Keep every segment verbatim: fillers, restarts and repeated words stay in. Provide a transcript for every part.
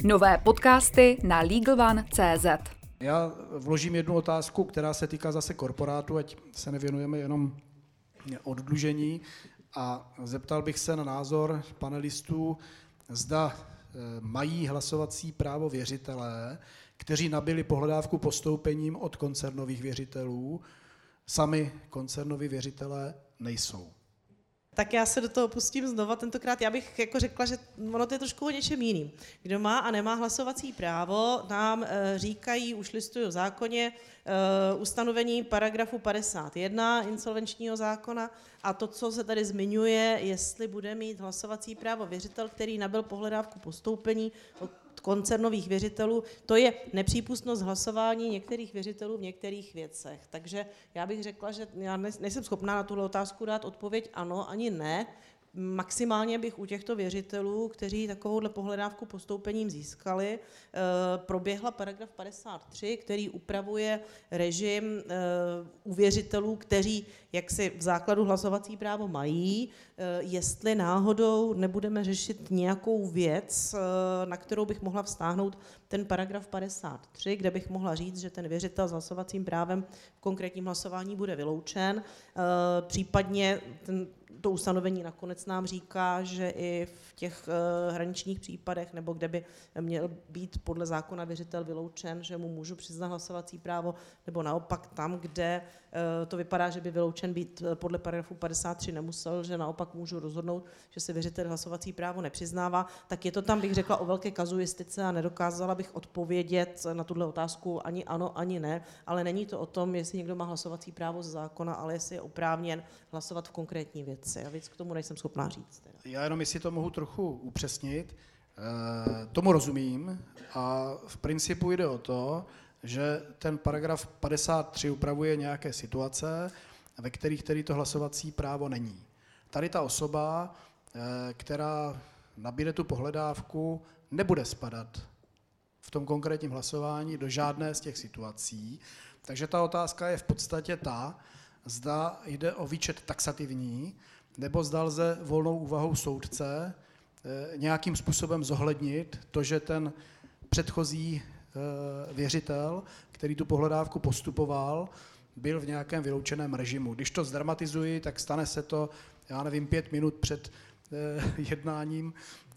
Nové podcasty na LegalOne tečka cé zet. Já vložím jednu otázku, která se týká zase korporátu, ať se nevěnujeme jenom oddlužení, a zeptal bych se na názor panelistů, zda mají hlasovací právo věřitelé, kteří nabyli pohledávku postoupením od koncernových věřitelů. Sami koncernoví věřitelé nejsou. Tak já se do toho pustím znova. Tentokrát já bych jako řekla, že ono to je trošku o něčem jiným. Kdo má a nemá hlasovací právo, nám e, říkají, už listují v zákoně, e, ustanovení paragrafu padesát jedna insolvenčního zákona a to, co se tady zmiňuje, jestli bude mít hlasovací právo věřitel, který nabyl pohledávku postoupení od koncernových věřitelů, to je nepřípustnost hlasování některých věřitelů v některých věcech. Takže já bych řekla, že já nejsem schopná na tuhle otázku dát odpověď ano ani ne. Maximálně bych u těchto věřitelů, kteří takovouhle pohledávku postoupením získali, proběhla paragraf padesát tři, který upravuje režim u věřitelů, kteří jaksi v základu hlasovací právo mají, jestli náhodou nebudeme řešit nějakou věc, na kterou bych mohla vztáhnout ten paragraf padesát tři, kde bych mohla říct, že ten věřitel s hlasovacím právem v konkrétním hlasování bude vyloučen. Případně ten to ustanovení nakonec nám říká, že i v těch uh, hraničních případech, nebo kde by měl být podle zákona věřitel vyloučen, že mu můžu přiznat hlasovací právo, nebo naopak tam, kde uh, to vypadá, že by vyloučen být podle paragrafu padesát tři nemusel, že naopak můžu rozhodnout, že se věřitel hlasovací právo nepřiznává, tak je to tam, bych řekla, o velké kazuistice a nedokázala bych odpovědět na tuhle otázku ani ano, ani ne, ale není to o tom, jestli někdo má hlasovací právo z zákona, ale jestli je oprávněn hlasovat v konkrétní věci. Já víc k tomu nejsem schopná říct. Teda. Já jenom, jestli to mohu trochu upřesnit, e, tomu rozumím a v principu jde o to, že ten paragraf padesát tři upravuje nějaké situace, ve kterých tedy to hlasovací právo není. Tady ta osoba, e, která nabíde tu pohledávku, nebude spadat v tom konkrétním hlasování do žádné z těch situací, takže ta otázka je v podstatě ta, zda jde o výčet taxativní, nebo zda lze volnou úvahou soudce nějakým způsobem zohlednit to, že ten předchozí věřitel, který tu pohledávku postupoval, byl v nějakém vyloučeném režimu. Když to zdramatizuji, tak stane se to, já nevím, pět minut před jednáním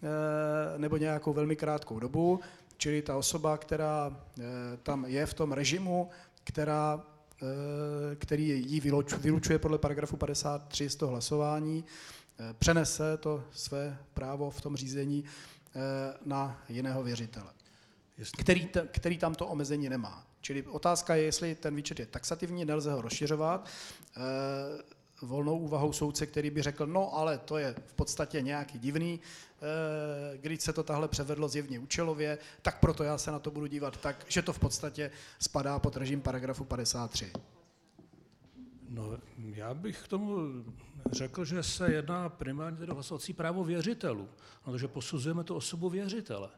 nebo nějakou velmi krátkou dobu, čili ta osoba, která tam je v tom režimu, která který ji vylučuje podle paragrafu padesát tři z toho hlasování, přenese to své právo v tom řízení na jiného věřitele, který, který tam to omezení nemá. Čili otázka je, jestli ten výčet je taxativní, nelze ho rozšiřovat volnou úvahou soudce, který by řekl, no ale to je v podstatě nějaký divný, když se to tahle převedlo zjevně účelově, tak proto já se na to budu dívat tak, že to v podstatě spadá pod režim paragrafu padesát tři. No, já bych k tomu řekl, že se jedná primárně tedy o hlasovací právo věřitelů, protože posuzujeme tu osobu věřitele.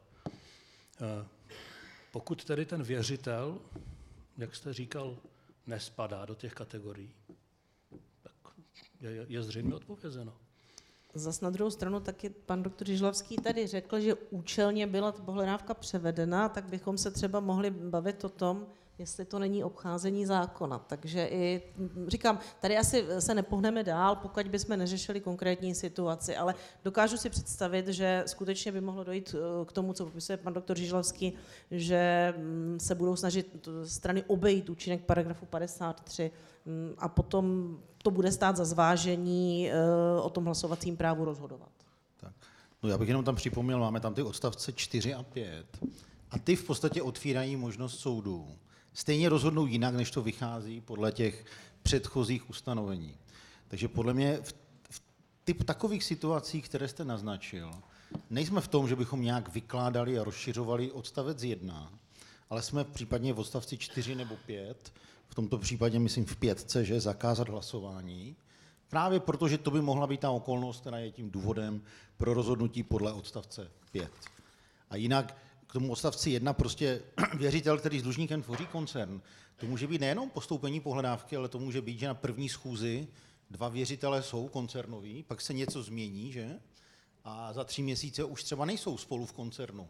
Pokud tedy ten věřitel, jak jste říkal, nespadá do těch kategorií, tak je, je zřejmě odpovězeno. Zas na druhou stranu taky pan doktor Žižlavský tady řekl, že účelně byla ta pohledávka převedena, tak bychom se třeba mohli bavit o tom, jestli to není obcházení zákona. Takže i, říkám, tady asi se nepohneme dál, pokud bychom neřešili konkrétní situaci, ale dokážu si představit, že skutečně by mohlo dojít k tomu, co popisuje pan doktor Žižlavský, že se budou snažit strany obejít účinek paragrafu padesát tři a potom to bude stát za zvážení o tom hlasovacím právu rozhodovat. Tak. No já bych jenom tam připomněl, máme tam ty odstavce čtyři a pět a ty v podstatě otvírají možnost soudu. Stejně rozhodnou jinak, než to vychází podle těch předchozích ustanovení. Takže podle mě v, v typ takových situací, které jste naznačil, nejsme v tom, že bychom nějak vykládali a rozšiřovali odstavec jedna, ale jsme případně v odstavci čtyři nebo pět, v tomto případě myslím v pětce, že zakázat hlasování, právě protože to by mohla být ta okolnost, která je tím důvodem pro rozhodnutí podle odstavce pět. A jinak k tomu odstavci jedna prostě věřitel, který s dlužníkem tvoří koncern, to může být nejenom postoupení pohledávky, ale to může být, že na první schůzi dva věřitelé jsou koncernoví, pak se něco změní, že? A za tři měsíce už třeba nejsou spolu v koncernu.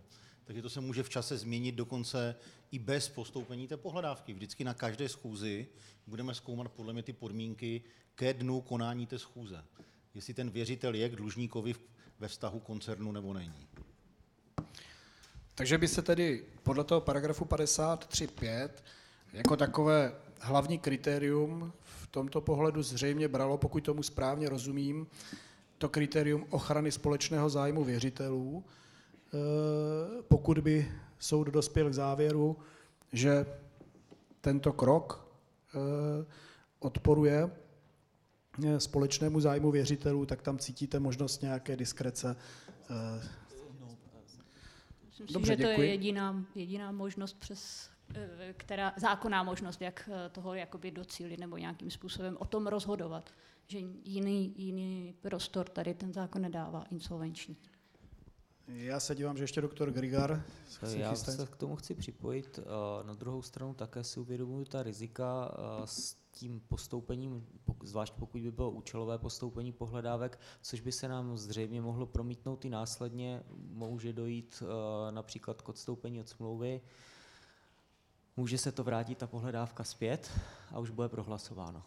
Takže to se může v čase změnit dokonce i bez postoupení té pohledávky. Vždycky na každé schůzi budeme zkoumat podle mě ty podmínky ke dnu konání té schůze. Jestli ten věřitel je k dlužníkovi ve vztahu koncernu nebo není. Takže by se tedy podle toho paragrafu padesát tři pět jako takové hlavní kritérium v tomto pohledu zřejmě bralo, pokud tomu správně rozumím, to kritérium ochrany společného zájmu věřitelů, pokud by soud dospěl k závěru, že tento krok odporuje společnému zájmu věřitelů, tak tam cítíte možnost nějaké diskrece. Myslím Dobře, si, že to děkuji. je jediná, jediná možnost, přes, která, zákonná možnost, jak toho jakoby docílit nebo nějakým způsobem o tom rozhodovat. Že jiný, jiný prostor tady ten zákon nedává, insolvenční. Já se dívám, že ještě doktor Grigar. Já se k tomu chci připojit. Na druhou stranu také si uvědomuji ta rizika s tím postoupením, zvlášť pokud by bylo účelové postoupení pohledávek, což by se nám zřejmě mohlo promítnout i následně. Může dojít například k odstoupení od smlouvy, může se to vrátit ta pohledávka zpět a už bude prohlasováno.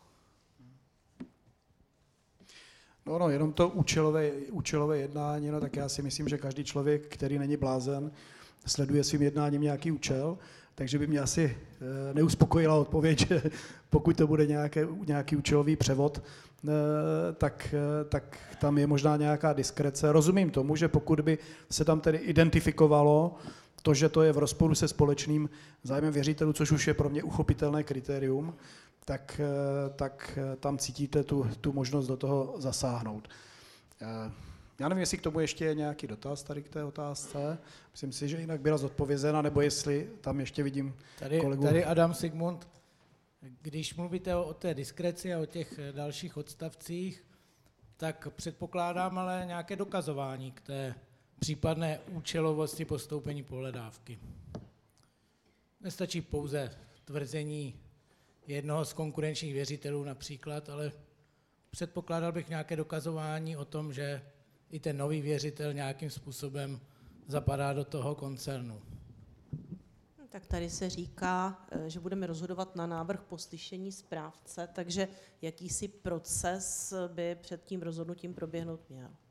No, no, jenom to účelové, účelové jednání, no, tak já si myslím, že každý člověk, který není blázen, sleduje svým jednáním nějaký účel, takže by mě asi e, neuspokojila odpověď, že pokud to bude nějaké, nějaký účelový převod, e, tak, e, tak tam je možná nějaká diskrece. Rozumím tomu, že pokud by se tam tedy identifikovalo to, že to je v rozporu se společným zájmem věřitelů, což už je pro mě uchopitelné kritérium, tak, tak tam cítíte tu, tu možnost do toho zasáhnout. Já nevím, jestli k tomu ještě je nějaký dotaz tady k té otázce. Myslím si, že jinak byla zodpovězena, nebo jestli tam ještě vidím tady, kolegu. Tady Adam Sigmund, když mluvíte o, o té diskreci a o těch dalších odstavcích, tak předpokládám ale nějaké dokazování k té případné účelovosti postoupení pohledávky. Nestačí pouze tvrzení jednoho z konkurenčních věřitelů například, ale předpokládal bych nějaké dokazování o tom, že i ten nový věřitel nějakým způsobem zapadá do toho koncernu. Tak tady se říká, že budeme rozhodovat na návrh poslyšení správce, takže jakýsi proces by před tím rozhodnutím proběhnout měl.